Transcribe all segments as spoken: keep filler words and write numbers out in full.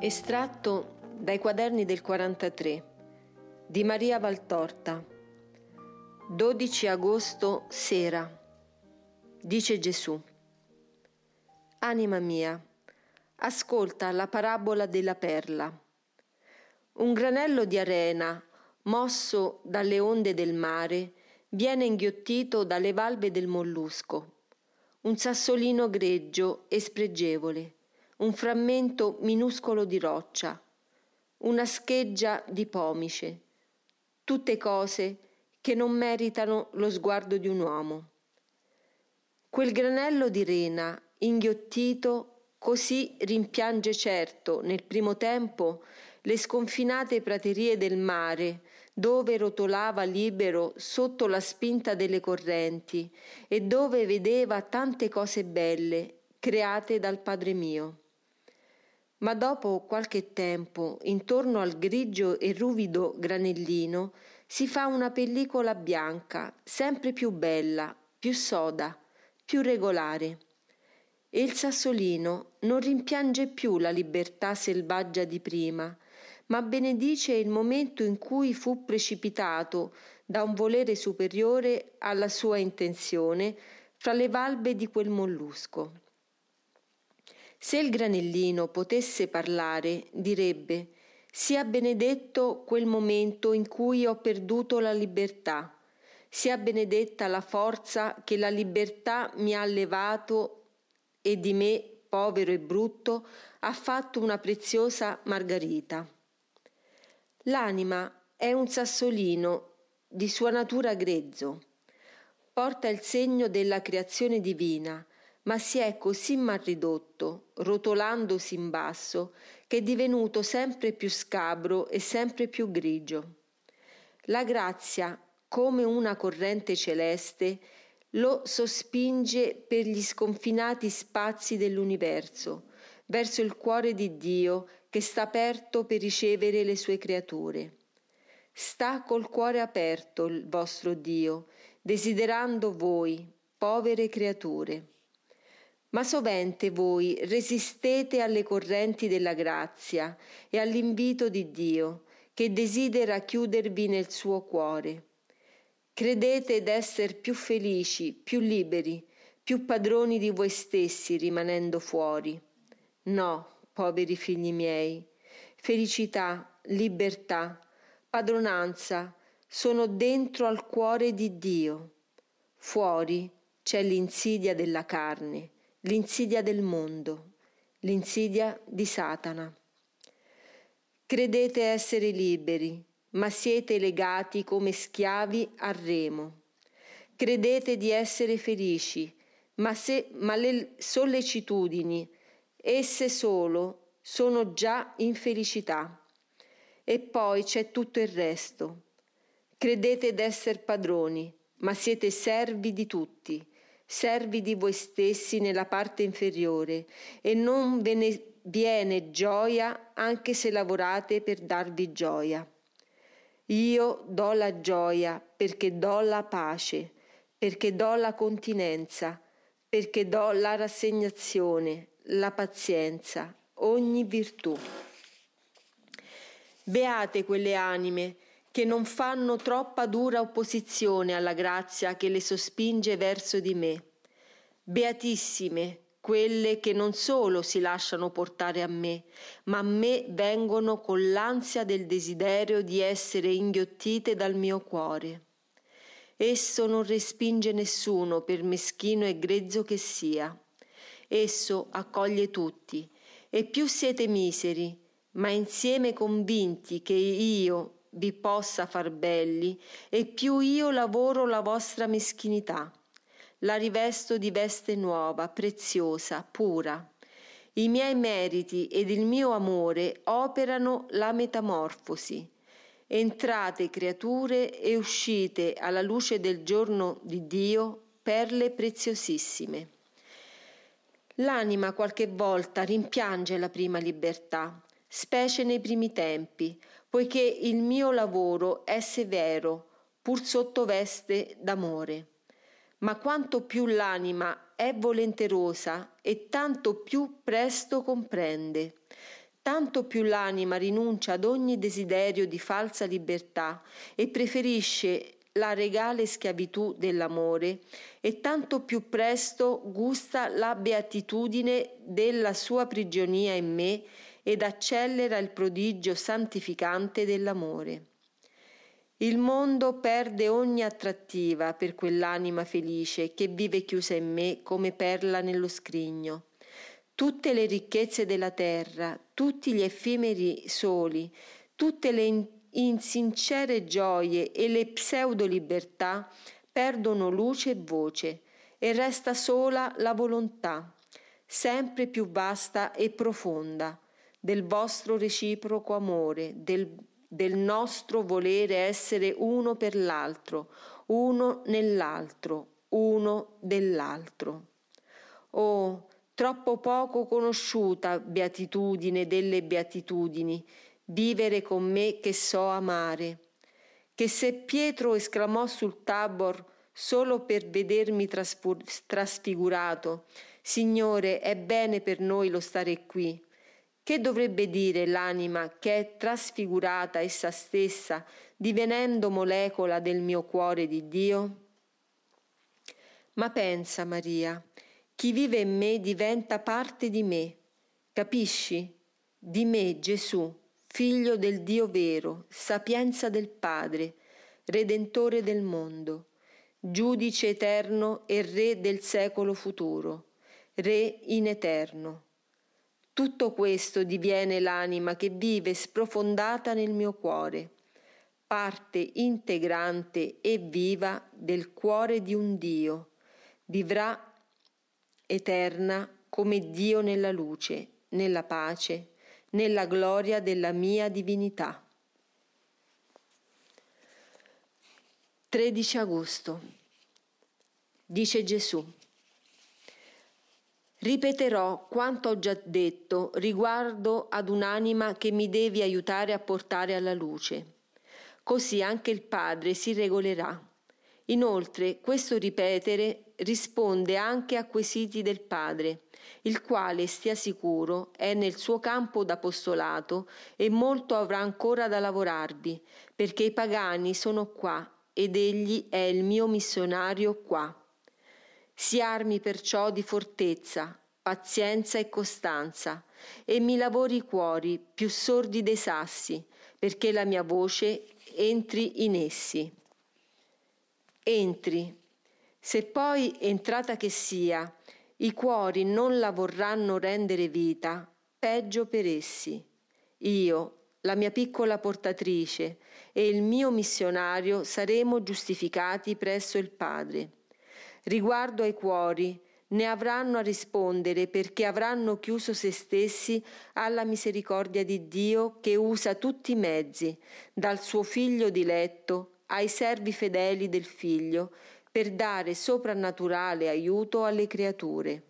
Estratto dai quaderni del quarantatré di Maria Valtorta. dodici agosto sera. Dice Gesù: Anima mia, ascolta la parabola della perla. Un granello di arena, mosso dalle onde del mare, viene inghiottito dalle valve del mollusco. Un sassolino greggio e spregevole, un frammento minuscolo di roccia, una scheggia di pomice, tutte cose che non meritano lo sguardo di un uomo. Quel granello di rena, inghiottito, così rimpiange certo nel primo tempo le sconfinate praterie del mare, dove rotolava libero sotto la spinta delle correnti e dove vedeva tante cose belle create dal Padre mio. Ma dopo qualche tempo, intorno al grigio e ruvido granellino, si fa una pellicola bianca, sempre più bella, più soda, più regolare. E il sassolino non rimpiange più la libertà selvaggia di prima, ma benedice il momento in cui fu precipitato da un volere superiore alla sua intenzione fra le valve di quel mollusco. Se il granellino potesse parlare, direbbe: sia benedetto quel momento in cui ho perduto la libertà, sia benedetta la forza che la libertà mi ha levato e di me, povero e brutto, ha fatto una preziosa margarita. L'anima è un sassolino di sua natura grezzo, porta il segno della creazione divina, ma si è così mal ridotto, rotolandosi in basso, che è divenuto sempre più scabro e sempre più grigio. La grazia, come una corrente celeste, lo sospinge per gli sconfinati spazi dell'universo, verso il cuore di Dio che sta aperto per ricevere le sue creature. Sta col cuore aperto il vostro Dio, desiderando voi, povere creature. Ma sovente voi resistete alle correnti della grazia e all'invito di Dio, che desidera chiudervi nel suo cuore. Credete d'essere più felici, più liberi, più padroni di voi stessi rimanendo fuori. No, poveri figli miei, felicità, libertà, padronanza sono dentro al cuore di Dio. Fuori c'è l'insidia della carne, l'insidia del mondo, l'insidia di Satana. Credete essere liberi, ma siete legati come schiavi al remo. Credete di essere felici, ma, se, ma le sollecitudini, esse solo, sono già infelicità. E poi c'è tutto il resto. Credete d'essere padroni, ma siete servi di tutti, servi di voi stessi nella parte inferiore, e non ve ne viene gioia anche se lavorate per darvi gioia. Io do la gioia perché do la pace, perché do la continenza, perché do la rassegnazione, la pazienza, ogni virtù. Beate quelle anime che non fanno troppa dura opposizione alla grazia che le sospinge verso di me. Beatissime quelle che non solo si lasciano portare a me, ma a me vengono con l'ansia del desiderio di essere inghiottite dal mio cuore. Esso non respinge nessuno, per meschino e grezzo che sia. Esso accoglie tutti, e più siete miseri, ma insieme convinti che io vi possa far belli, e più io lavoro la vostra meschinità. La rivesto di veste nuova, preziosa, pura. I miei meriti ed il mio amore operano la metamorfosi. Entrate, creature, e uscite alla luce del giorno di Dio, perle preziosissime. L'anima qualche volta rimpiange la prima libertà, specie nei primi tempi, poiché il mio lavoro è severo, pur sotto veste d'amore. Ma quanto più l'anima è volenterosa e tanto più presto comprende, tanto più l'anima rinuncia ad ogni desiderio di falsa libertà e preferisce la regale schiavitù dell'amore, e tanto più presto gusta la beatitudine della sua prigionia in me ed accelera il prodigio santificante dell'amore. Il mondo perde ogni attrattiva per quell'anima felice che vive chiusa in me come perla nello scrigno. Tutte le ricchezze della terra, tutti gli effimeri soli, tutte le insincere gioie e le pseudo-libertà perdono luce e voce e resta sola la volontà, sempre più vasta e profonda, del vostro reciproco amore, del, del nostro volere essere uno per l'altro, uno nell'altro, uno dell'altro. Oh, troppo poco conosciuta beatitudine delle beatitudini, vivere con me che so amare, che se Pietro esclamò sul Tabor solo per vedermi traspur- trasfigurato, Signore, è bene per noi lo stare qui, che dovrebbe dire l'anima che è trasfigurata essa stessa, divenendo molecola del mio cuore di Dio? Ma pensa, Maria, chi vive in me diventa parte di me, capisci? Di me, Gesù, figlio del Dio vero, sapienza del Padre, Redentore del mondo, giudice eterno e Re del secolo futuro, Re in eterno. Tutto questo diviene l'anima che vive sprofondata nel mio cuore, parte integrante e viva del cuore di un Dio, vivrà eterna come Dio nella luce, nella pace, nella gloria della mia divinità. tredici agosto. Dice Gesù: ripeterò quanto ho già detto riguardo ad un'anima che mi devi aiutare a portare alla luce. Così anche il Padre si regolerà. Inoltre, questo ripetere risponde anche a quesiti del Padre, il quale, stia sicuro, è nel suo campo d'apostolato e molto avrà ancora da lavorarvi, perché i pagani sono qua ed egli è il mio missionario qua. Si armi perciò di fortezza, pazienza e costanza, e mi lavori i cuori più sordi dei sassi, perché la mia voce entri in essi. Entri. Se poi, entrata che sia, i cuori non la vorranno rendere vita, peggio per essi. Io, la mia piccola portatrice, e il mio missionario saremo giustificati presso il Padre. Riguardo ai cuori, ne avranno a rispondere perché avranno chiuso se stessi alla misericordia di Dio che usa tutti i mezzi, dal suo Figlio diletto ai servi fedeli del Figlio, per dare soprannaturale aiuto alle creature.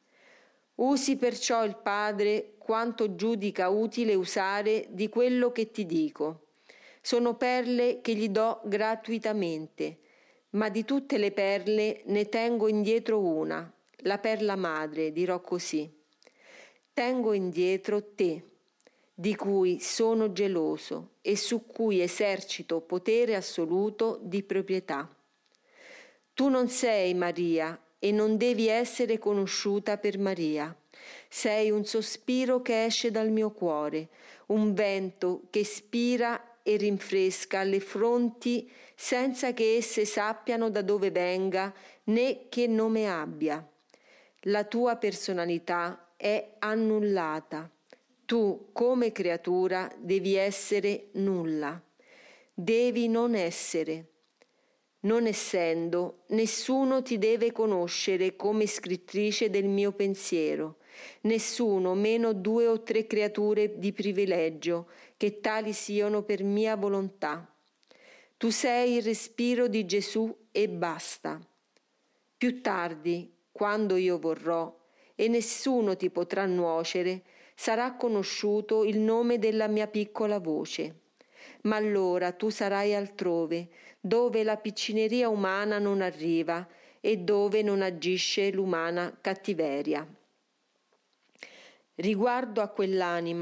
Usi perciò il Padre quanto giudica utile usare di quello che ti dico. Sono perle che gli do gratuitamente, ma di tutte le perle ne tengo indietro una, la perla madre, dirò così. Tengo indietro te, di cui sono geloso e su cui esercito potere assoluto di proprietà. Tu non sei Maria e non devi essere conosciuta per Maria. Sei un sospiro che esce dal mio cuore, un vento che spira e rinfresca le fronti senza che esse sappiano da dove venga né che nome abbia. La tua personalità è annullata. Tu, come creatura, devi essere nulla. Devi non essere. Non essendo, nessuno ti deve conoscere come scrittrice del mio pensiero, nessuno meno due o tre creature di privilegio, che tali siano per mia volontà. Tu sei il respiro di Gesù e basta. Più tardi, quando io vorrò, e nessuno ti potrà nuocere, sarà conosciuto il nome della mia piccola voce. Ma allora tu sarai altrove, dove la piccineria umana non arriva e dove non agisce l'umana cattiveria. Riguardo a quell'anima,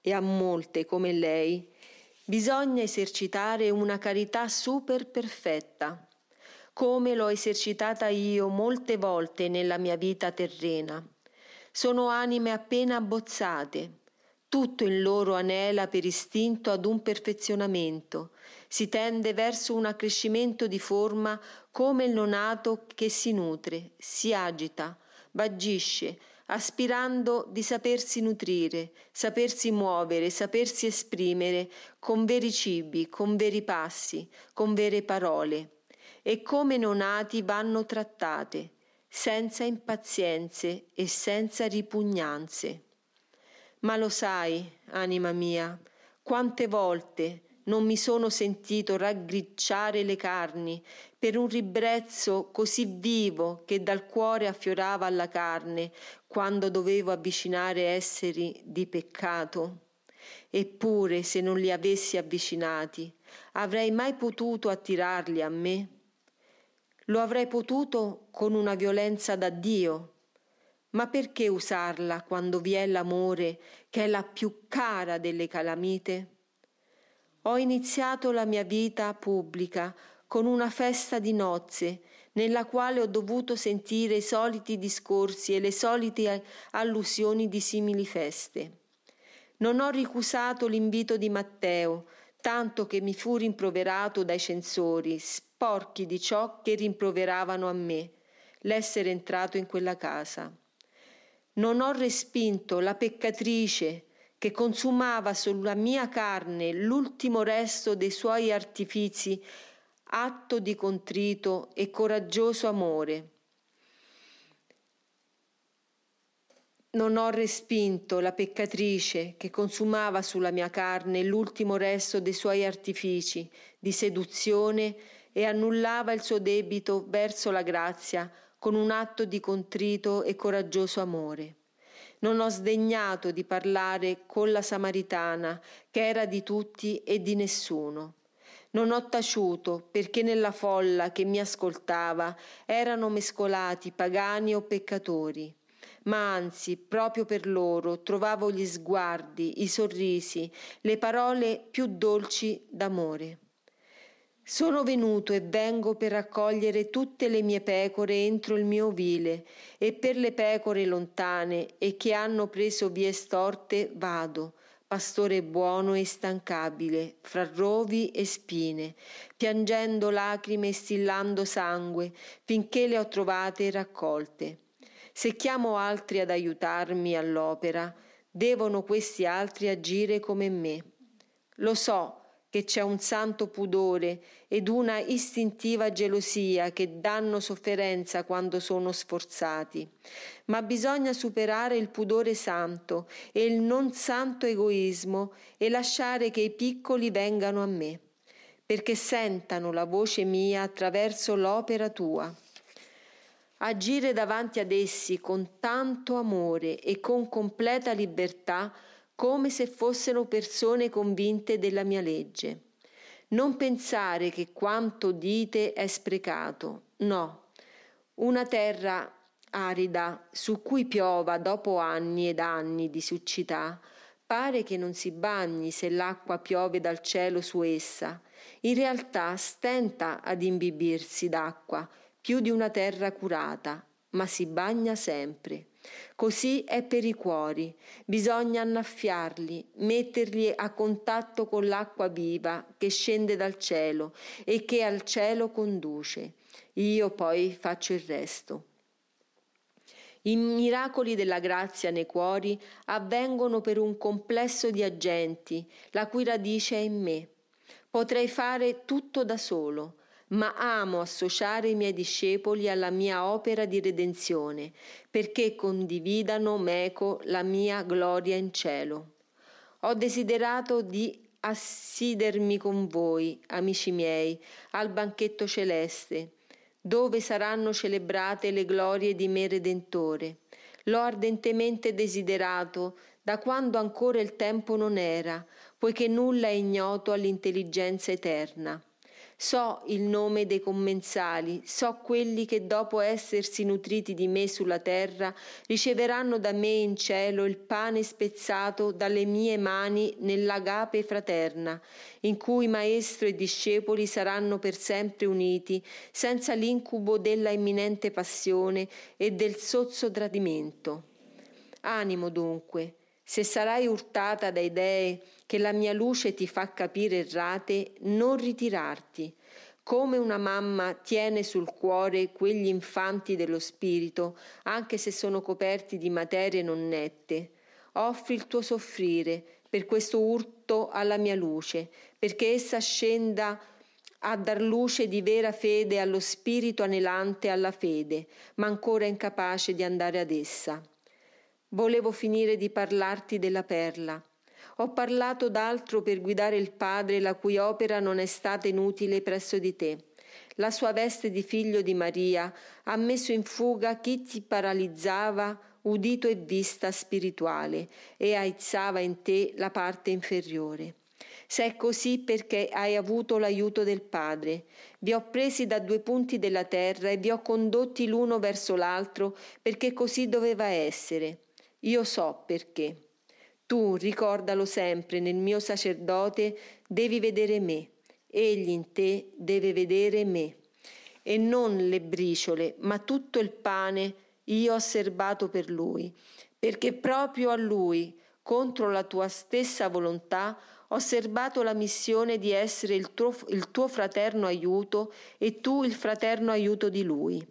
e a molte come lei, bisogna esercitare una carità super perfetta, come l'ho esercitata io molte volte nella mia vita terrena. Sono anime appena abbozzate, tutto in loro anela per istinto ad un perfezionamento, si tende verso un accrescimento di forma come il neonato che si nutre, si agita, vaggisce, aspirando di sapersi nutrire, sapersi muovere, sapersi esprimere con veri cibi, con veri passi, con vere parole. E come neonati vanno trattate, senza impazienze e senza ripugnanze. Ma lo sai, anima mia, quante volte non mi sono sentito raggricciare le carni per un ribrezzo così vivo che dal cuore affiorava alla carne quando dovevo avvicinare esseri di peccato? Eppure, se non li avessi avvicinati, avrei mai potuto attirarli a me? Lo avrei potuto con una violenza da Dio. Ma perché usarla quando vi è l'amore, che è la più cara delle calamite? Ho iniziato la mia vita pubblica con una festa di nozze, nella quale ho dovuto sentire i soliti discorsi e le solite allusioni di simili feste. Non ho ricusato l'invito di Matteo, tanto che mi fu rimproverato dai censori, sporchi di ciò che rimproveravano a me, l'essere entrato in quella casa. Non ho respinto la peccatrice che consumava sulla mia carne l'ultimo resto dei suoi artifizi, atto di contrito e coraggioso amore. Non ho respinto la peccatrice che consumava sulla mia carne l'ultimo resto dei suoi artifici di seduzione e annullava il suo debito verso la grazia con un atto di contrito e coraggioso amore. Non ho sdegnato di parlare con la Samaritana, che era di tutti e di nessuno. Non ho taciuto, perché nella folla che mi ascoltava erano mescolati pagani o peccatori, ma anzi, proprio per loro trovavo gli sguardi, i sorrisi, le parole più dolci d'amore. Sono venuto e vengo per raccogliere tutte le mie pecore entro il mio ovile, e per le pecore lontane e che hanno preso vie storte vado, pastore buono e instancabile, fra rovi e spine, piangendo lacrime e stillando sangue, finché le ho trovate e raccolte. Se chiamo altri ad aiutarmi all'opera, devono questi altri agire come me. Lo so che c'è un santo pudore ed una istintiva gelosia che danno sofferenza quando sono sforzati, ma bisogna superare il pudore santo e il non santo egoismo e lasciare che i piccoli vengano a me, perché sentano la voce mia attraverso l'opera tua. Agire davanti ad essi con tanto amore e con completa libertà come se fossero persone convinte della mia legge. Non pensare che quanto dite è sprecato, no. Una terra arida su cui piova dopo anni ed anni di siccità, pare che non si bagni se l'acqua piove dal cielo su essa. In realtà stenta ad imbibirsi d'acqua più di una terra curata, ma si bagna sempre. Così è per i cuori, bisogna annaffiarli, metterli a contatto con l'acqua viva che scende dal cielo e che al cielo conduce. Io poi faccio il resto. I miracoli della grazia nei cuori avvengono per un complesso di agenti, la cui radice è in me. Potrei fare tutto da solo, ma amo associare i miei discepoli alla mia opera di redenzione, perché condividano meco la mia gloria in cielo. Ho desiderato di assidermi con voi, amici miei, al banchetto celeste, dove saranno celebrate le glorie di me Redentore. L'ho ardentemente desiderato da quando ancora il tempo non era, poiché nulla è ignoto all'intelligenza eterna. So il nome dei commensali, so quelli che dopo essersi nutriti di me sulla terra riceveranno da me in cielo il pane spezzato dalle mie mani nell'agape fraterna, in cui maestro e discepoli saranno per sempre uniti, senza l'incubo della imminente passione e del sozzo tradimento. Animo dunque, se sarai urtata da idee che la mia luce ti fa capire errate, non ritirarti. Come una mamma tiene sul cuore quegli infanti dello spirito, anche se sono coperti di materie non nette, offri il tuo soffrire per questo urto alla mia luce, perché essa scenda a dar luce di vera fede allo spirito anelante alla fede, ma ancora incapace di andare ad essa. Volevo finire di parlarti della perla. Ho parlato d'altro per guidare il Padre, la cui opera non è stata inutile presso di te. La sua veste di figlio di Maria ha messo in fuga chi ti paralizzava udito e vista spirituale e aizzava in te la parte inferiore. Se è così perché hai avuto l'aiuto del Padre. Vi ho presi da due punti della terra e vi ho condotti l'uno verso l'altro perché così doveva essere. Io so perché. Tu, ricordalo sempre, nel mio sacerdote devi vedere me, egli in te deve vedere me. E non le briciole, ma tutto il pane io ho serbato per lui, perché proprio a lui, contro la tua stessa volontà, ho serbato la missione di essere il tuo, il tuo fraterno aiuto e tu il fraterno aiuto di lui.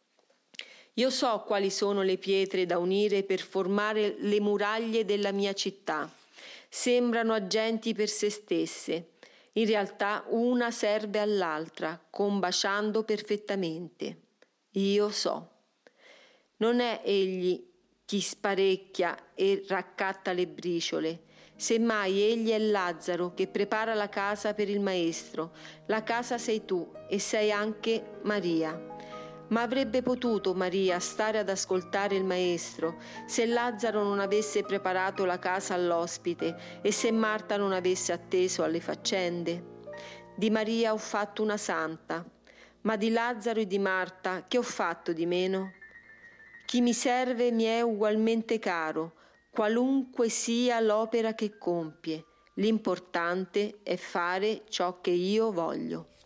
Io so quali sono le pietre da unire per formare le muraglie della mia città. Sembrano agenti per se stesse. In realtà una serve all'altra, combaciando perfettamente. Io so. Non è egli chi sparecchia e raccatta le briciole. Semmai egli è Lazzaro che prepara la casa per il Maestro. La casa sei tu e sei anche Maria. Ma avrebbe potuto Maria stare ad ascoltare il Maestro se Lazzaro non avesse preparato la casa all'ospite e se Marta non avesse atteso alle faccende? Di Maria ho fatto una santa, ma di Lazzaro e di Marta che ho fatto di meno? Chi mi serve mi è ugualmente caro, qualunque sia l'opera che compie. L'importante è fare ciò che io voglio.